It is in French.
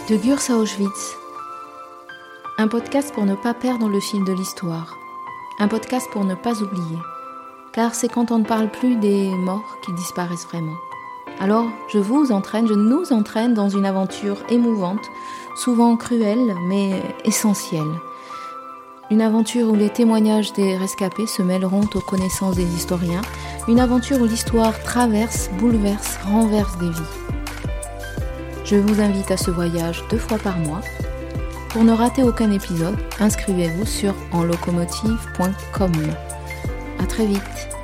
De Gurs à Auschwitz. Un podcast pour ne pas perdre le fil de l'histoire. Un podcast pour ne pas oublier. Car c'est quand on ne parle plus des morts qu'ils disparaissent vraiment. Alors, je nous entraîne dans une aventure émouvante, souvent cruelle, mais essentielle. Une aventure où les témoignages des rescapés se mêleront aux connaissances des historiens. Une aventure où l'histoire traverse, bouleverse, renverse des vies. Je vous invite à ce voyage 2 fois par mois. Pour ne rater aucun épisode, inscrivez-vous sur enlocomotive.com. À très vite.